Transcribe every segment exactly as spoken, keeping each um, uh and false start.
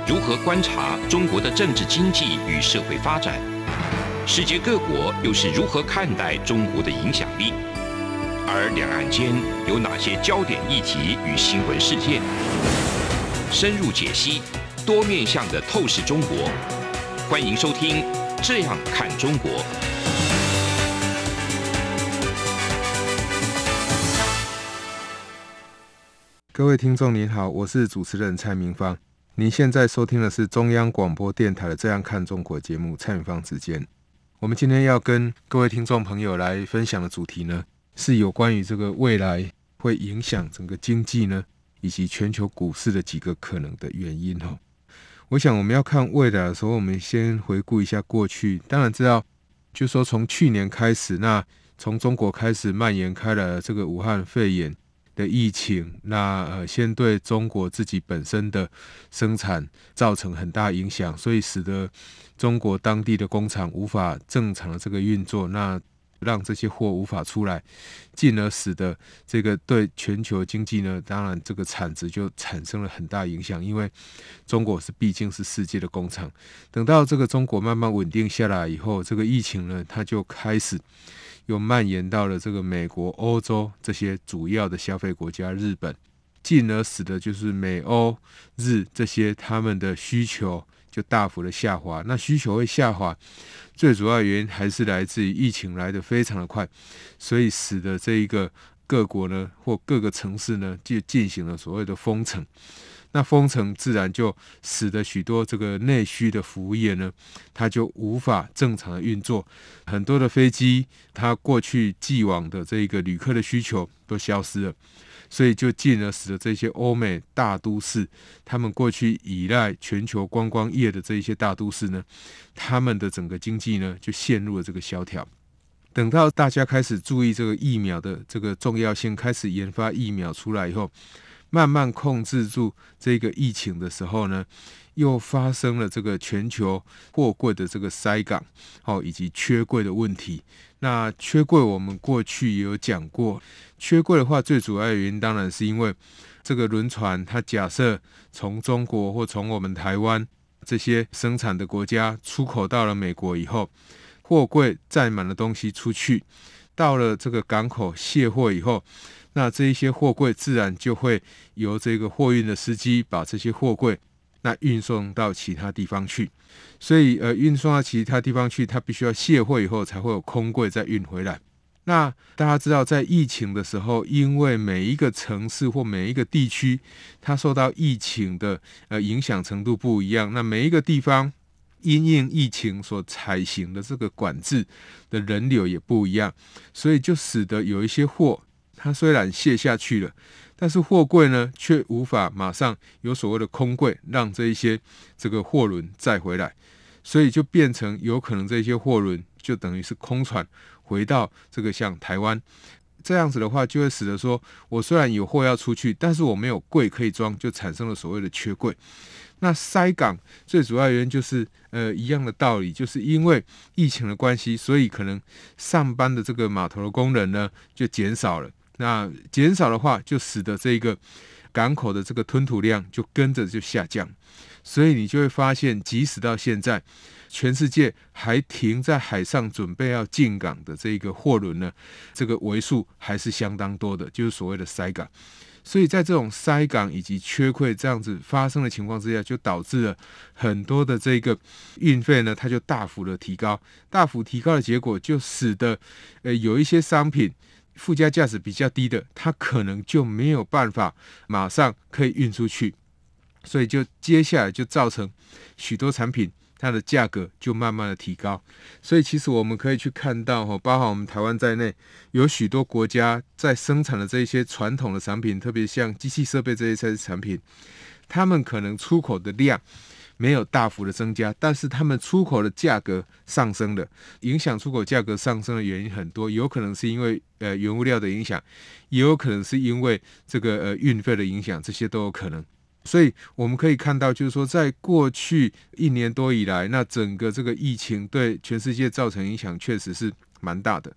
如何观察中国的政治经济与社会发展？世界各国又是如何看待中国的影响力？而两岸间有哪些焦点议题与新闻事件？深入解析，多面向的透视中国。欢迎收听《这样看中国》。 各位听众您好，我是主持人蔡明芳。您现在收听的是中央广播电台的《这样看中国》节目，蔡明芳之间。我们今天要跟各位听众朋友来分享的主题呢，是有关于这个未来会影响整个经济呢，以及全球股市的几个可能的原因哦。我想我们要看未来的时候，我们先回顾一下过去。当然知道，就说从去年开始，那从中国开始蔓延开来的这个武汉肺炎的疫情，那呃，先对中国自己本身的生产造成很大影响，所以使得中国当地的工厂无法正常的这个运作，那让这些货无法出来，进而使得这个对全球经济呢，当然这个产值就产生了很大影响，因为中国是毕竟是世界的工厂。等到这个中国慢慢稳定下来以后，这个疫情呢，它就开始又蔓延到了这个美国、欧洲这些主要的消费国家，日本，进而使得就是美欧日这些他们的需求就大幅的下滑。那需求会下滑，最主要的原因还是来自于疫情来得非常的快，所以使得这一个各国呢或各个城市呢就进行了所谓的封城。那封城自然就使得许多这个内需的服务业呢，它就无法正常的运作，很多的飞机它过去既往的这个旅客的需求都消失了，所以就进而使得这些欧美大都市，他们过去依赖全球观光业的这一些大都市呢，他们的整个经济呢就陷入了这个萧条。等到大家开始注意这个疫苗的这个重要性，开始研发疫苗出来以后，慢慢控制住这个疫情的时候呢，又发生了这个全球货柜的这个塞港，哦，以及缺柜的问题。那缺柜我们过去也有讲过，缺柜的话，最主要的原因当然是因为这个轮船，它假设从中国或从我们台湾这些生产的国家出口到了美国以后，货柜载满了东西出去，到了这个港口卸货以后，那这一些货柜自然就会由这个货运的司机把这些货柜那运送到其他地方去，所以呃运送到其他地方去，它必须要卸货以后才会有空柜再运回来。那大家知道，在疫情的时候，因为每一个城市或每一个地区，它受到疫情的呃影响程度不一样，那每一个地方因应疫情所采行的这个管制的人流也不一样，所以就使得有一些货它虽然卸下去了，但是货柜呢却无法马上有所谓的空柜让这一些这个货轮载回来，所以就变成有可能这些货轮就等于是空船回到这个像台湾。这样子的话就会使得说，我虽然有货要出去，但是我没有柜可以装，就产生了所谓的缺柜。那塞港最主要的原因就是呃一样的道理，就是因为疫情的关系，所以可能上班的这个码头的工人呢就减少了。那减少的话，就使得这个港口的这个吞吐量就跟着就下降，所以你就会发现，即使到现在，全世界还停在海上准备要进港的这个货轮呢，这个为数还是相当多的，就是所谓的塞港。所以在这种塞港以及缺柜这样子发生的情况之下，就导致了很多的这个运费呢，它就大幅的提高，大幅提高的结果就使得呃有一些商品附加价值比较低的，它可能就没有办法马上可以运出去，所以就接下来就造成许多产品它的价格就慢慢的提高。所以其实我们可以去看到，包含我们台湾在内，有许多国家在生产的这些传统的产品，特别像机器设备这些产品，他们可能出口的量没有大幅的增加，但是他们出口的价格上升了。影响出口价格上升的原因很多，有可能是因为呃原物料的影响，也有可能是因为这个呃运费的影响，这些都有可能。所以我们可以看到，就是说在过去一年多以来，那整个这个疫情对全世界造成影响确实是蛮大的。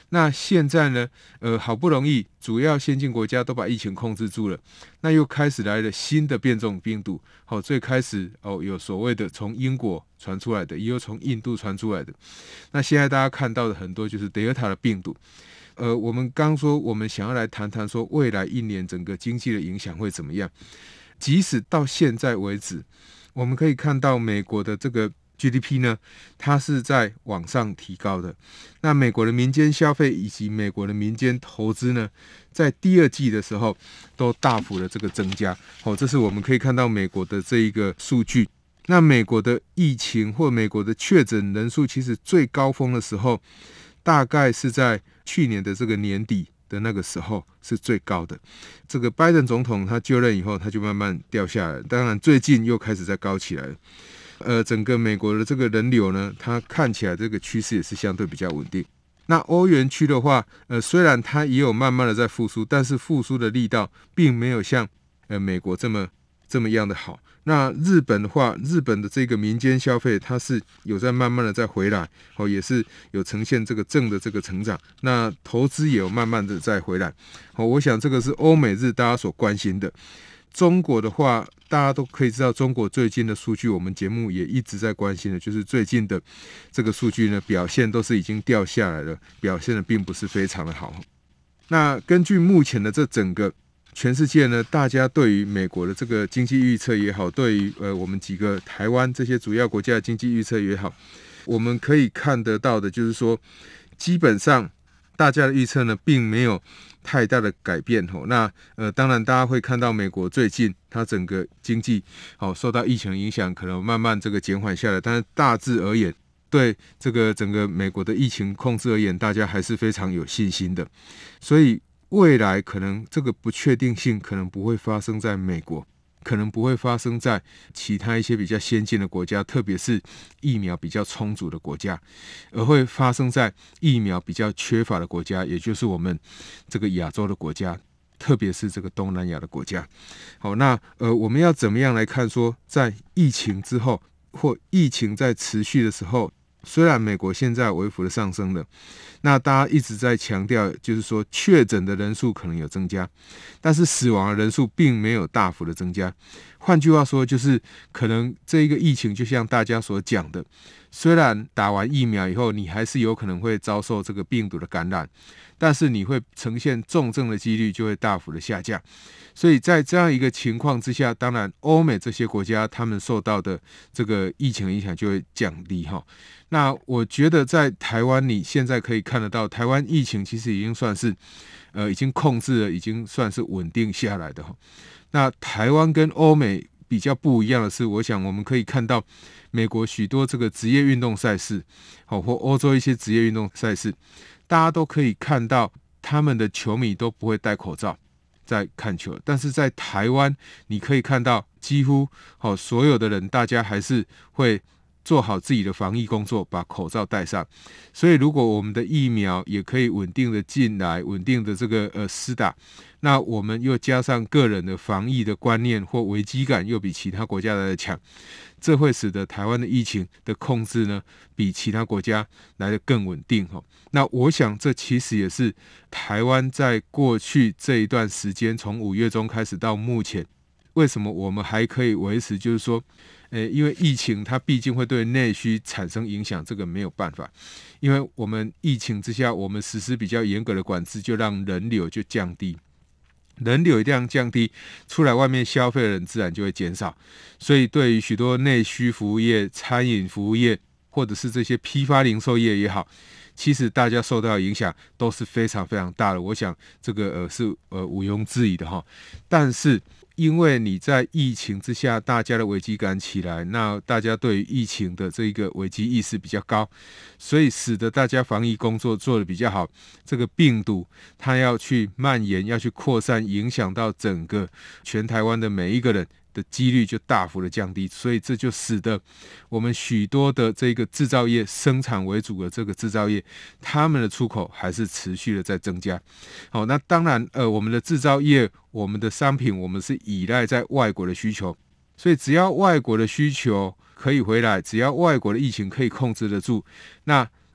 那现在呢，呃，好不容易主要先进国家都把疫情控制住了，那又开始来了新的变种病毒。好、哦，最开始哦有所谓的从英国传出来的，也有从印度传出来的。那现在大家看到的很多就是 Delta 的病毒。呃，我们刚说我们想要来谈谈说未来一年整个经济的影响会怎么样。即使到现在为止，我们可以看到美国的这个 G D P 呢，它是在往上提高的。那美国的民间消费以及美国的民间投资呢，在第二季的时候都大幅的这个增加。哦，这是我们可以看到美国的这一个数据。那美国的疫情或美国的确诊人数，其实最高峰的时候，大概是在去年的这个年底的那个时候是最高的。这个拜登总统他就任以后，他就慢慢掉下来，当然最近又开始在高起来了。呃，整个美国的这个人流呢，它看起来这个趋势也是相对比较稳定。那欧元区的话，呃，虽然它也有慢慢的在复苏，但是复苏的力道并没有像呃美国这么这么样的好。那日本的话，日本的这个民间消费它是有在慢慢的在回来，哦，也是有呈现这个正的这个成长。那投资也有慢慢的在回来，哦，我想这个是欧美日大家所关心的。中国的话，大家都可以知道，中国最近的数据，我们节目也一直在关心的，就是最近的这个数据呢，表现都是已经掉下来了，表现的并不是非常的好。那根据目前的这整个全世界呢，大家对于美国的这个经济预测也好，对于呃我们几个台湾这些主要国家的经济预测也好，我们可以看得到的就是说，基本上大家的预测呢，并没有太大的改变。那呃，当然大家会看到美国最近它整个经济好受到疫情的影响，可能慢慢这个减缓下来，但是大致而言，对这个整个美国的疫情控制而言，大家还是非常有信心的。所以未来可能这个不确定性可能不会发生在美国，可能不会发生在其他一些比较先进的国家，特别是疫苗比较充足的国家，而会发生在疫苗比较缺乏的国家，也就是我们这个亚洲的国家，特别是这个东南亚的国家。好，那呃，我们要怎么样来看说，在疫情之后或疫情在持续的时候，虽然美国现在微幅的上升了，那大家一直在强调，就是说确诊的人数可能有增加，但是死亡的人数并没有大幅的增加。换句话说，就是可能这一个疫情就像大家所讲的，虽然打完疫苗以后，你还是有可能会遭受这个病毒的感染，但是你会呈现重症的几率就会大幅的下降。所以在这样一个情况之下，当然欧美这些国家他们受到的这个疫情的影响就会降低哈。那我觉得在台湾，你现在可以看得到，台湾疫情其实已经算是呃已经控制了，已经算是稳定下来的哈。那台湾跟欧美比较不一样的是，我想我们可以看到美国许多这个职业运动赛事，好，或欧洲一些职业运动赛事，大家都可以看到他们的球迷都不会戴口罩在看球，但是在台湾你可以看到几乎好所有的人，大家还是会做好自己的防疫工作，把口罩戴上。所以如果我们的疫苗也可以稳定的进来，稳定的这个呃施打，那我们又加上个人的防疫的观念或危机感又比其他国家来的强，这会使得台湾的疫情的控制呢，比其他国家来得更稳定。那我想这其实也是台湾在过去这一段时间，从五月中开始到目前，为什么我们还可以维持，就是说呃，因为疫情它毕竟会对内需产生影响，这个没有办法。因为我们疫情之下，我们实施比较严格的管制，就让人流就降低，人流一定降低，出来外面消费的人自然就会减少。所以对于许多内需服务业、餐饮服务业，或者是这些批发零售业也好，其实大家受到的影响都是非常非常大的。我想这个呃是呃毋庸置疑的哈。但是因为你在疫情之下，大家的危机感起来，那大家对于疫情的这个危机意识比较高，所以使得大家防疫工作做得比较好。这个病毒它要去蔓延，要去扩散，影响到整个全台湾的每一个人的几率就大幅的降低，所以这就使得我们许多的这个制造业，生产为主的这个制造业，他们的出口还是持续的在增加。好，那当然呃，我们的制造业，我们的商品，我们是依赖在外国的需求，所以只要外国的需求可以回来，只要外国的疫情可以控制得住，那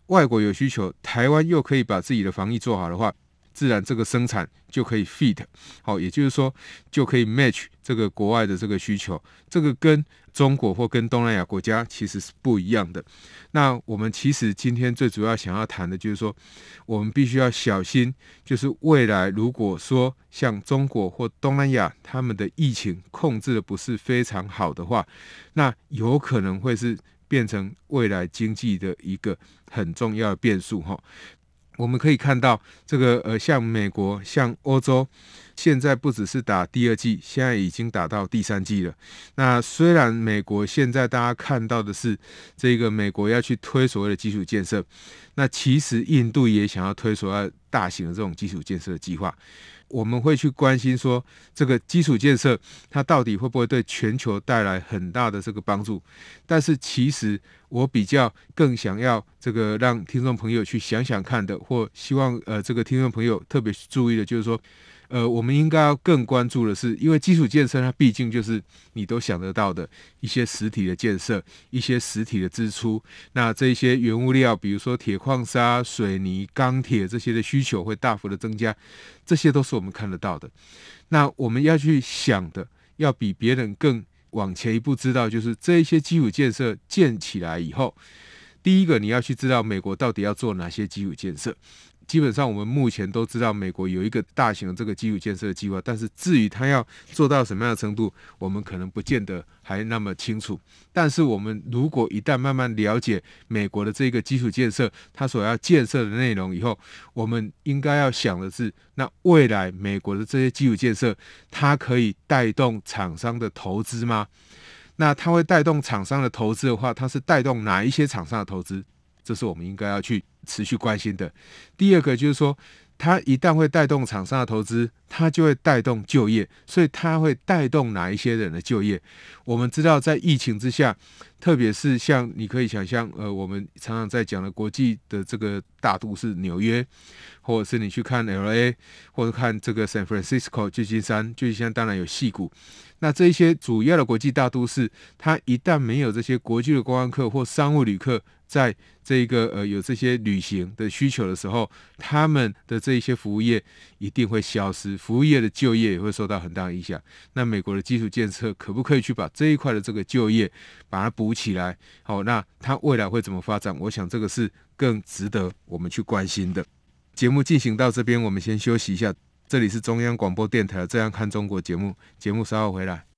外国有需求，台湾又可以把自己的防疫做好的话，自然这个生产就可以 fit， 好，也就是说就可以 match 这个国外的这个需求，这个跟中国或跟东南亚国家其实是不一样的。那我们其实今天最主要想要谈的就是说，我们必须要小心，就是未来如果说像中国或东南亚他们的疫情控制的不是非常好的话，那有可能会是变成未来经济的一个很重要的变数哈。我们可以看到这个呃，像美国、像欧洲，现在不只是打第二剂，现在已经打到第三剂了。那虽然美国现在大家看到的是这个美国要去推所谓的基础建设，那其实印度也想要推所谓大型的这种基础建设的计划。我们会去关心说，这个基础建设它到底会不会对全球带来很大的这个帮助？但是其实我比较更想要这个让听众朋友去想想看的，或希望呃这个听众朋友特别注意的，就是说，呃，我们应该要更关注的是，因为基础建设它毕竟就是你都想得到的一些实体的建设，一些实体的支出。那这些原物料，比如说铁矿砂、水泥、钢铁这些的需求会大幅的增加，这些都是我们看得到的。那我们要去想的，要比别人更往前一步，知道就是这一些基础建设建起来以后，第一个你要去知道美国到底要做哪些基础建设。基本上我们目前都知道美国有一个大型的这个基础建设的计划，但是至于它要做到什么样的程度，我们可能不见得还那么清楚。但是我们如果一旦慢慢了解美国的这个基础建设它所要建设的内容以后，我们应该要想的是，那未来美国的这些基础建设它可以带动厂商的投资吗？那它会带动厂商的投资的话，它是带动哪一些厂商的投资？这是我们应该要去持续关心的。第二个就是说，它一旦会带动厂商的投资，它就会带动就业，所以它会带动哪一些人的就业？我们知道在疫情之下，特别是像你可以想象，呃，我们常常在讲的国际的这个大都市纽约，或者是你去看 L A， 或者看这个 San Francisco 旧金山，旧金山当然有矽谷。那这一些主要的国际大都市，它一旦没有这些国际的观光客或商务旅客在这个呃有这些旅行的需求的时候，他们的这一些服务业一定会消失，服务业的就业也会受到很大的影响。那美国的基础建设可不可以去把这一块的这个就业把它补起来？好，那它未来会怎么发展？我想这个是更值得我们去关心的。节目进行到这边，我们先休息一下。这里是中央广播电台的《这样看中国》节目，节目稍后回来。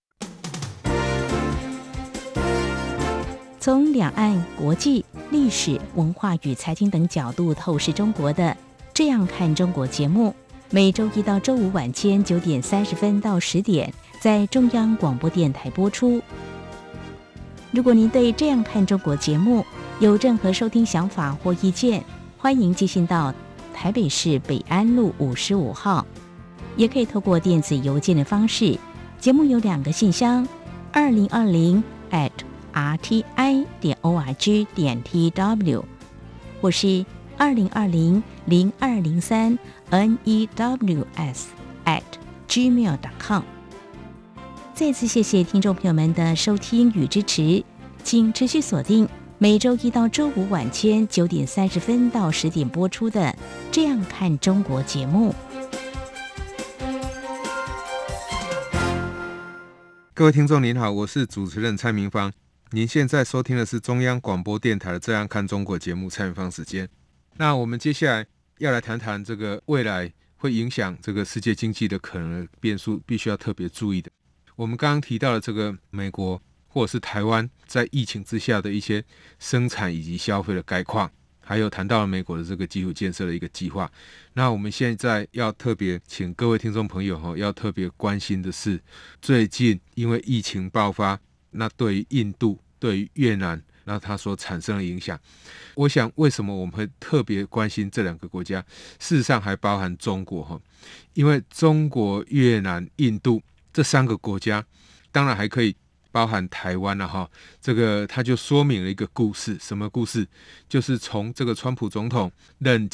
从两岸、国际、历史、文化与财经等角度透视中国的《这样看中国》节目，每周一到周五晚间九点三十分到十点，在中央广播电台播出。如果您对《这样看中国》节目有任何收听想法或意见，欢迎寄信到台北市北安路五十五号，也可以透过电子邮件的方式。节目有两个信箱：二零二零 at r t i 点 o r g 点 t w， 或是二零二零零二零三 n e w s at gmail 点 com。再次谢谢听众朋友们的收听与支持，请持续锁定每周一到周五晚间九点三十分到十点播出的《这样看中国》节目。 各位听众您好，我是主持人蔡明芳。您现在收听的是中央广播电台的《这样看中国》节目，蔡明芳时间。那我们接下来要来谈谈这个未来会影响这个世界经济的可能的变数，必须要特别注意的。我们刚刚提到的这个美国或者是台湾在疫情之下的一些生产以及消费的概况，还有谈到了美国的这个基础建设的一个计划。那我们现在要特别请各位听众朋友要特别关心的是，最近因为疫情爆发，那对于印度、对于越南，那它所产生的影响。我想为什么我们会特别关心这两个国家，事实上还包含中国，因为中国、越南、印度这三个国家，当然还可以包含台湾了哈，这个它就说明了一个故事，什么故事？就是从这个川普总统任期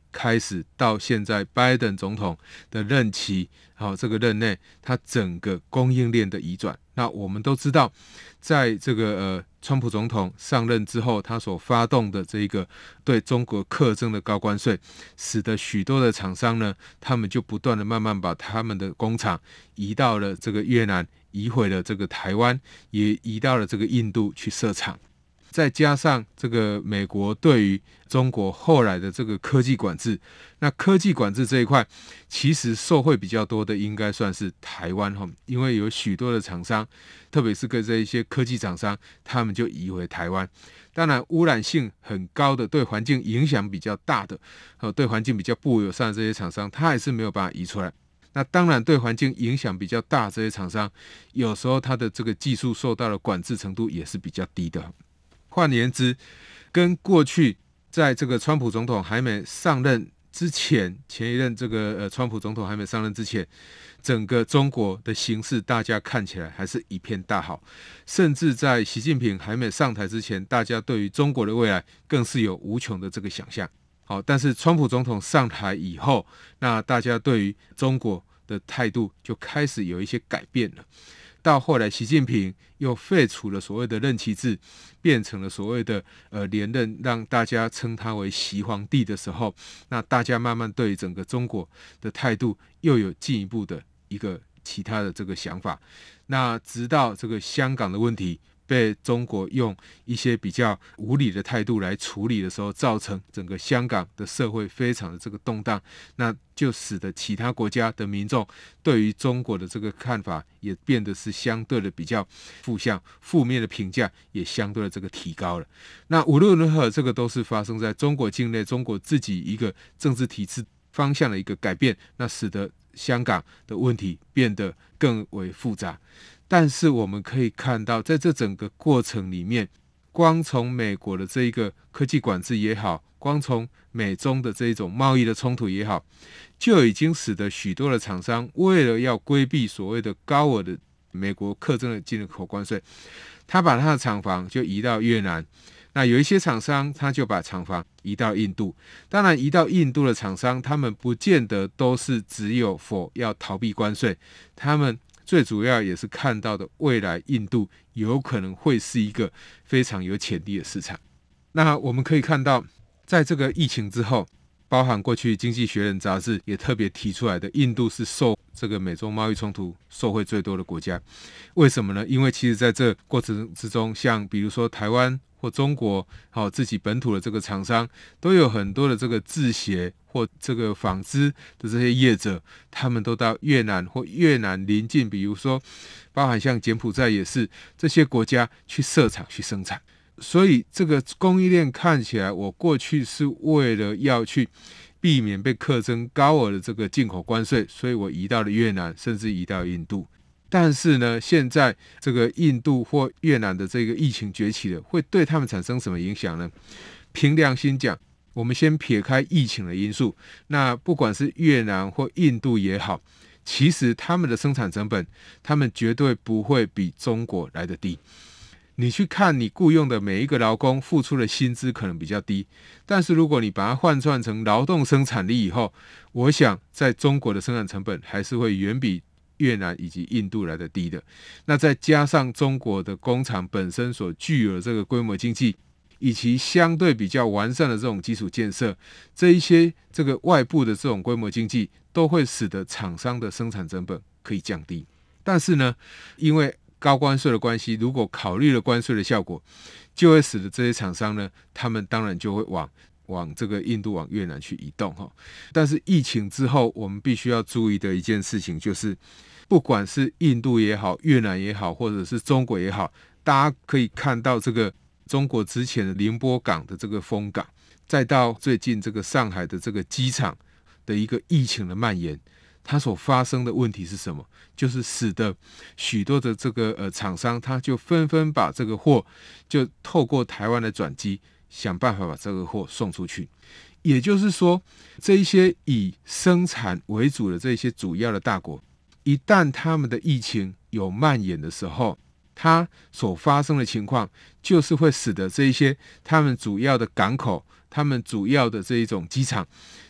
开始到现在拜登总统的任期，好、哦，这个任内，他整个供应链的移转。那我们都知道，在这个呃川普总统上任之后，他所发动的这个对中国课征的高关税，使得许多的厂商呢，他们就不断的慢慢把他们的工厂移到了这个越南，移回了这个台湾，也移到了这个印度去设厂。再加上这个美国对于中国后来的这个科技管制，那科技管制这一块其实受惠比较多的应该算是台湾，因为有许多的厂商，特别是跟这一些科技厂商，他们就移回台湾。当然污染性很高的，对环境影响比较大的，对环境比较不友善的这些厂商，他还是没有办法移出来。那当然对环境影响比较大的这些厂商，有时候他的这个技术受到的管制程度也是比较低的。换言之，跟过去在这个川普总统还没上任之前，前一任这个呃川普总统还没上任之前，整个中国的形势大家看起来还是一片大好，甚至在习近平还没上台之前，大家对于中国的未来更是有无穷的这个想象。好，但是川普总统上台以后，那大家对于中国的态度就开始有一些改变了。到后来习近平又废除了所谓的任期制，变成了所谓的呃连任，让大家称他为习皇帝的时候，那大家慢慢对整个中国的态度又有进一步的一个其他的这个想法。那直到这个香港的问题被中国用一些比较无理的态度来处理的时候，造成整个香港的社会非常的这个动荡，那就使得其他国家的民众对于中国的这个看法也变得是相对的比较负向，负面的评价也相对的这个提高了。那无论如何，这个都是发生在中国境内，中国自己一个政治体制方向的一个改变，那使得香港的问题变得更为复杂。但是我们可以看到，在这整个过程里面，光从美国的这一个科技管制也好，光从美中的这一种贸易的冲突也好，就已经使得许多的厂商为了要规避所谓的高额的美国课征的进口关税，他把他的厂房就移到越南。那有一些厂商他就把厂房移到印度，当然移到印度的厂商，他们不见得都是只有否要逃避关税，他们最主要也是看到的未来印度有可能会是一个非常有潜力的市场。那我们可以看到，在这个疫情之后，包含过去《经济学人》杂志也特别提出来的，印度是受这个美中贸易冲突受惠最多的国家。为什么呢？因为其实在这过程之中，像比如说台湾或中国、哦、自己本土的这个厂商，都有很多的这个制鞋或这个纺织的这些业者，他们都到越南或越南邻近，比如说包含像柬埔寨也是，这些国家去设厂去生产。所以这个供应链看起来，我过去是为了要去避免被课征高额的这个进口关税，所以我移到了越南，甚至移到印度。但是呢，现在这个印度或越南的这个疫情崛起了，会对他们产生什么影响呢？凭良心讲，我们先撇开疫情的因素，那不管是越南或印度也好，其实他们的生产成本，他们绝对不会比中国来得低。你去看你雇用的每一个劳工付出的薪资可能比较低，但是如果你把它换算成劳动生产力以后，我想在中国的生产成本还是会远比越南以及印度来的低的。那再加上中国的工厂本身所具有的这个规模经济，以及相对比较完善的这种基础建设，这一些这个外部的这种规模经济都会使得厂商的生产成本可以降低。但是呢，因为高关税的关系，如果考虑了关税的效果，就会使得这些厂商呢，他们当然就会往往这个印度、往越南去移动。但是疫情之后，我们必须要注意的一件事情就是，不管是印度也好、越南也好，或者是中国也好，大家可以看到这个中国之前的宁波港的这个封港，再到最近这个上海的这个机场的一个疫情的蔓延，它所发生的问题是什么？就是使得许多的这个呃厂商，他就纷纷把这个货就透过台湾的转机，想办法把这个货送出去。也就是说，这一些以生产为主的这些主要的大国，一旦他们的疫情有蔓延的时候，它所发生的情况就是会使得这一些他们主要的港口、他们主要的这一种机场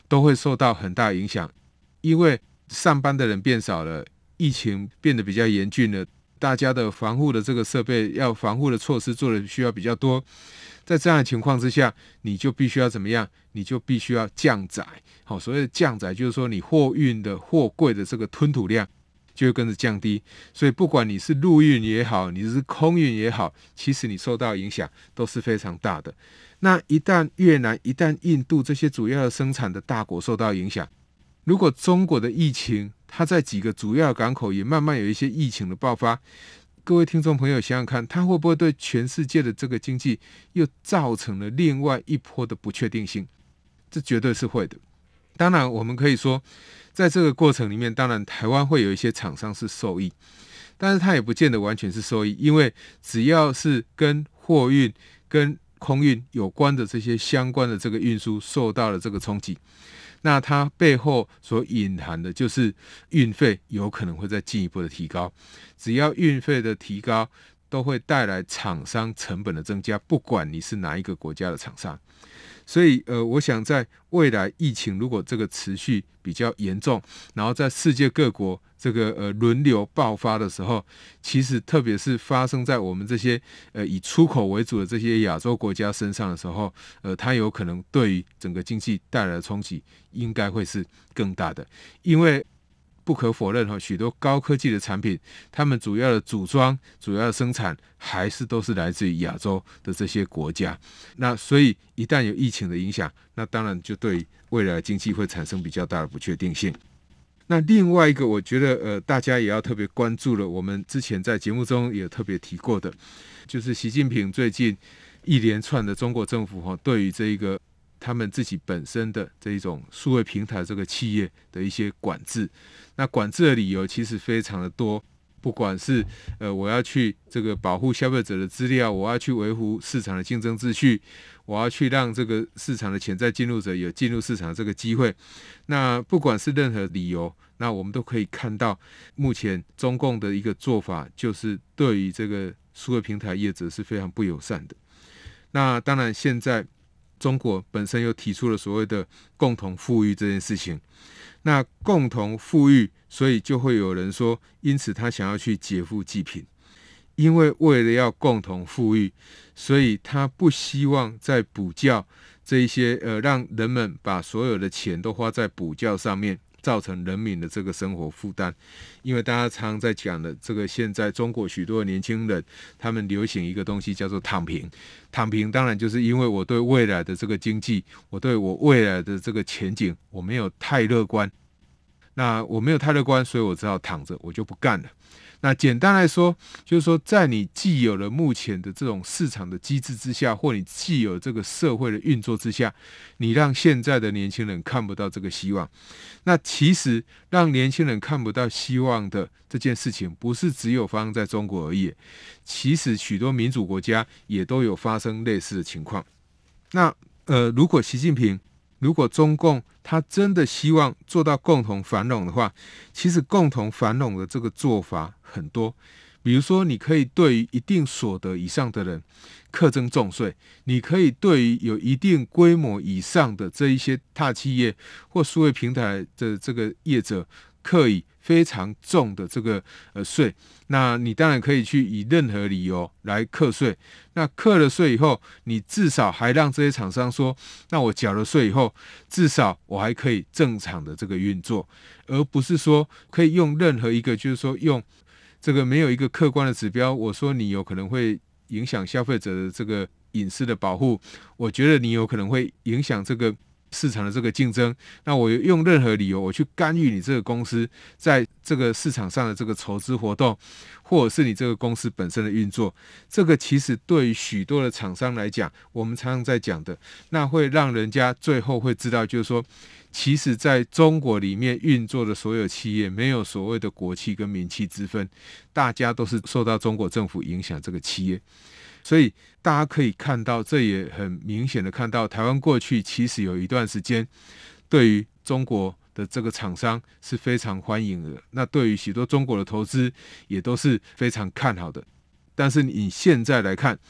都会受到很大影响，因为上班的人变少了，疫情变得比较严峻了，大家的防护的这个设备要防护的措施做的需要比较多，在这样的情况之下，你就必须要怎么样？你就必须要降载。好，所谓的降载就是说你货运的货柜的这个吞吐量就会跟着降低，所以不管你是陆运也好，你是空运也好，其实你受到影响都是非常大的。那一旦越南、一旦印度这些主要的生产的大国受到影响，如果中国的疫情它在几个主要港口也慢慢有一些疫情的爆发，各位听众朋友想想看，它会不会对全世界的这个经济又造成了另外一波的不确定性？这绝对是会的。当然我们可以说在这个过程里面，当然台湾会有一些厂商是受益，但是它也不见得完全是受益，因为只要是跟货运跟空运有关的这些相关的这个运输受到了这个冲击，那它背后所隐含的就是运费有可能会再进一步的提高，只要运费的提高都会带来厂商成本的增加，不管你是哪一个国家的厂商。所以呃，我想在未来疫情如果这个持续比较严重，然后在世界各国这个呃轮流爆发的时候，其实特别是发生在我们这些呃以出口为主的这些亚洲国家身上的时候，呃，它有可能对于整个经济带来的冲击应该会是更大的，因为不可否认，许多高科技的产品，他们主要的组装、主要的生产还是都是来自于亚洲的这些国家。那所以一旦有疫情的影响，那当然就对未来的经济会产生比较大的不确定性。那另外一个，我觉得呃，大家也要特别关注了，我们之前在节目中也特别提过的，就是习近平最近一连串的中国政府对于这一个他们自己本身的这一种数位平台这个企业的一些管制。那管制的理由其实非常的多，不管是呃我要去这个保护消费者的资料，我要去维护市场的竞争秩序，我要去让这个市场的潜在进入者有进入市场的这个机会。那不管是任何理由，那我们都可以看到目前中共的一个做法，就是对于这个数位平台业者是非常不友善的。那当然现在中国本身又提出了所谓的共同富裕这件事情，那共同富裕，所以就会有人说，因此他想要去劫富济贫，因为为了要共同富裕，所以他不希望在补教这一些呃，让人们把所有的钱都花在补教上面，造成人民的这个生活负担。因为大家常常在讲的这个，现在中国许多的年轻人，他们流行一个东西叫做躺平。躺平当然就是因为我对未来的这个经济，我对我未来的这个前景，我没有太乐观。那我没有太乐观，所以我只好躺着，我就不干了。那简单来说，就是说，在你既有了目前的这种市场的机制之下，或你既有这个社会的运作之下，你让现在的年轻人看不到这个希望。那其实让年轻人看不到希望的这件事情，不是只有发生在中国而已，其实许多民主国家也都有发生类似的情况。那呃，如果习近平如果中共他真的希望做到共同繁荣的话，其实共同繁荣的这个做法很多。比如说，你可以对于一定所得以上的人课征重税，你可以对于有一定规模以上的这一些大企业或数位平台的这个业者课以非常重的这个呃税，那你当然可以去以任何理由来课税。那课了税以后，你至少还让这些厂商说，那我缴了税以后，至少我还可以正常的这个运作，而不是说可以用任何一个，就是说用这个没有一个客观的指标，我说你有可能会影响消费者的这个隐私的保护，我觉得你有可能会影响这个市场的这个竞争，那我用任何理由我去干预你这个公司在这个市场上的这个筹资活动，或者是你这个公司本身的运作，这个其实对于许多的厂商来讲，我们常常在讲的，那会让人家最后会知道，就是说其实在中国里面运作的所有企业没有所谓的国企跟民企之分，大家都是受到中国政府影响这个企业。所以大家可以看到，这也很明显的看到，台湾过去其实有一段时间对于中国的这个厂商是非常欢迎的，那对于许多中国的投资也都是非常看好的。但是你现在来看，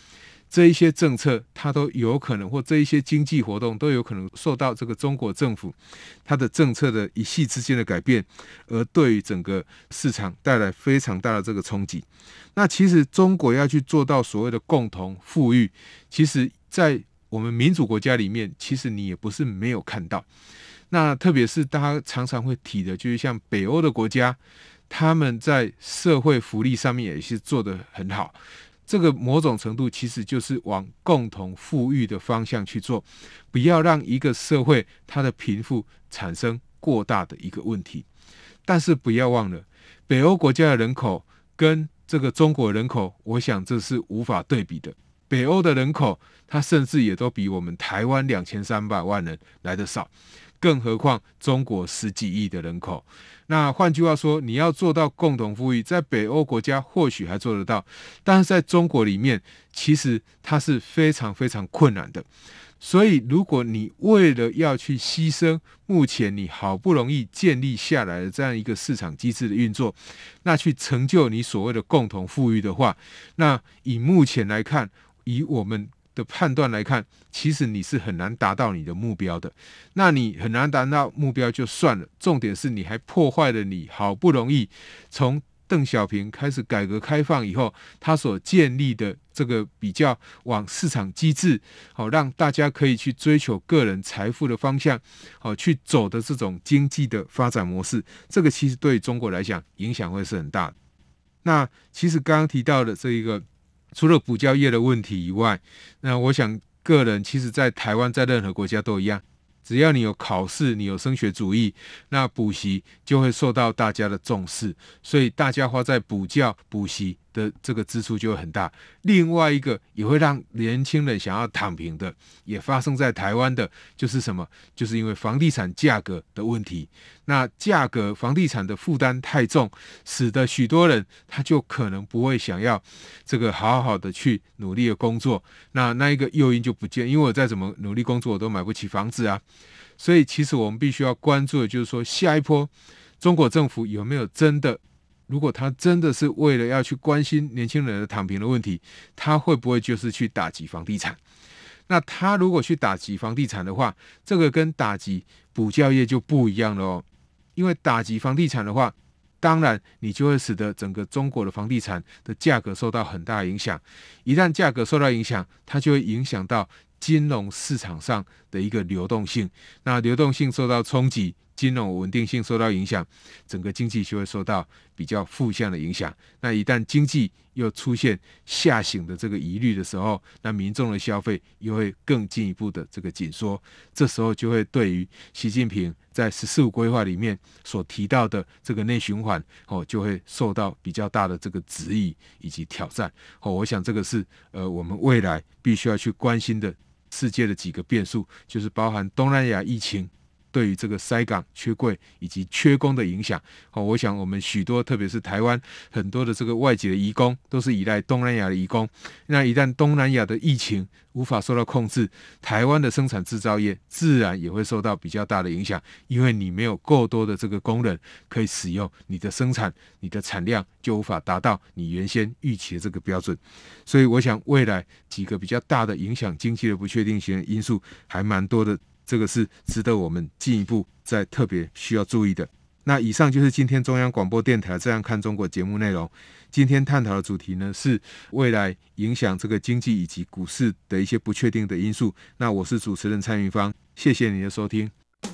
这一些政策它都有可能，或这一些经济活动都有可能受到这个中国政府它的政策的一夕之间的改变，而对于整个市场带来非常大的这个冲击。那其实中国要去做到所谓的共同富裕，其实在我们民主国家里面，其实你也不是没有看到。那特别是大家常常会提的，就是像北欧的国家，他们在社会福利上面也是做得很好。这个某种程度其实就是往共同富裕的方向去做，不要让一个社会它的贫富产生过大的一个问题。但是不要忘了，北欧国家的人口跟这个中国人口，我想这是无法对比的。北欧的人口，它甚至也都比我们台湾两千三百万人来得少，更何况中国十几亿的人口。那换句话说，你要做到共同富裕，在北欧国家或许还做得到，但是在中国里面，其实它是非常非常困难的。所以如果你为了要去牺牲目前你好不容易建立下来的这样一个市场机制的运作，那去成就你所谓的共同富裕的话，那以目前来看，以我们的判断来看，其实你是很难达到你的目标的。那你很难达到目标就算了，重点是你还破坏了你好不容易从邓小平开始改革开放以后，他所建立的这个比较往市场机制，好让大家可以去追求个人财富的方向，好去走的这种经济的发展模式，这个其实对中国来讲影响会是很大的。那其实刚刚提到的这一个，除了补教业的问题以外，那我想个人其实在台湾在任何国家都一样，只要你有考试，你有升学主义，那补习就会受到大家的重视，所以大家花在补教补习的这个支出就会很大。另外一个也会让年轻人想要躺平的，也发生在台湾的，就是什么？就是因为房地产价格的问题。那价格房地产的负担太重，使得许多人他就可能不会想要这个好好的去努力的工作，那那一个诱因就不见，因为我再怎么努力工作我都买不起房子啊。所以其实我们必须要关注的就是说，下一波中国政府有没有真的，如果他真的是为了要去关心年轻人的躺平的问题，他会不会就是去打击房地产？那他如果去打击房地产的话，这个跟打击补教业就不一样了哦。因为打击房地产的话，当然你就会使得整个中国的房地产的价格受到很大的影响。一旦价格受到影响，它就会影响到金融市场上的一个流动性。那流动性受到冲击，金融稳定性受到影响，整个经济就会受到比较负向的影响。那一旦经济又出现下行的这个疑虑的时候，那民众的消费又会更进一步的这个紧缩。这时候就会对于习近平在十四五规划里面所提到的这个内循环，哦，就会受到比较大的这个质疑以及挑战。哦，我想这个是呃我们未来必须要去关心的世界的几个变数，就是包含东南亚疫情对于这个塞港、缺柜以及缺工的影响。哦，我想我们许多，特别是台湾很多的这个外籍的移工，都是依赖东南亚的移工。那一旦东南亚的疫情无法受到控制，台湾的生产制造业自然也会受到比较大的影响，因为你没有够多的这个工人可以使用，你的生产、你的产量就无法达到你原先预期的这个标准。所以我想未来几个比较大的影响经济的不确定性的因素还蛮多的，这个是值得我们进一步再特别需要注意的。那以上就是今天中央广播电台这样看中国节目内容。今天探讨的主题呢，是未来影响这个经济以及股市的一些不确定的因素。那我是主持人蔡明芳，谢谢你的收听。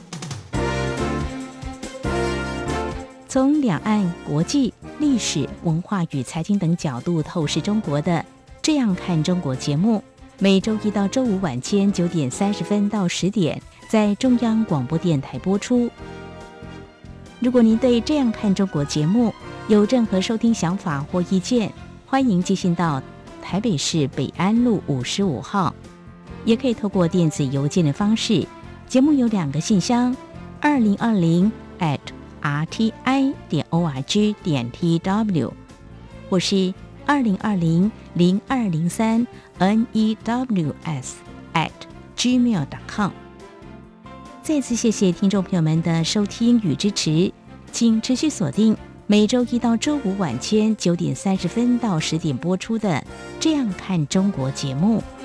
从两岸、国际、历史、文化与财经等角度透视中国的这样看中国节目，每周一到周五晚间九点三十分到十点在中央广播电台播出。如果您对这样看中国节目有任何收听想法或意见，欢迎寄信到台北市北安路五十五号，也可以透过电子邮件的方式。节目有两个信箱：二零二零 at r t i 点 o r g 点 t w， 或是二零二零零二零三 n e w s at gmail 点 com。再次谢谢听众朋友们的收听与支持，请持续锁定每周一到周五晚间九点三十分到十点播出的《这样看中国》节目。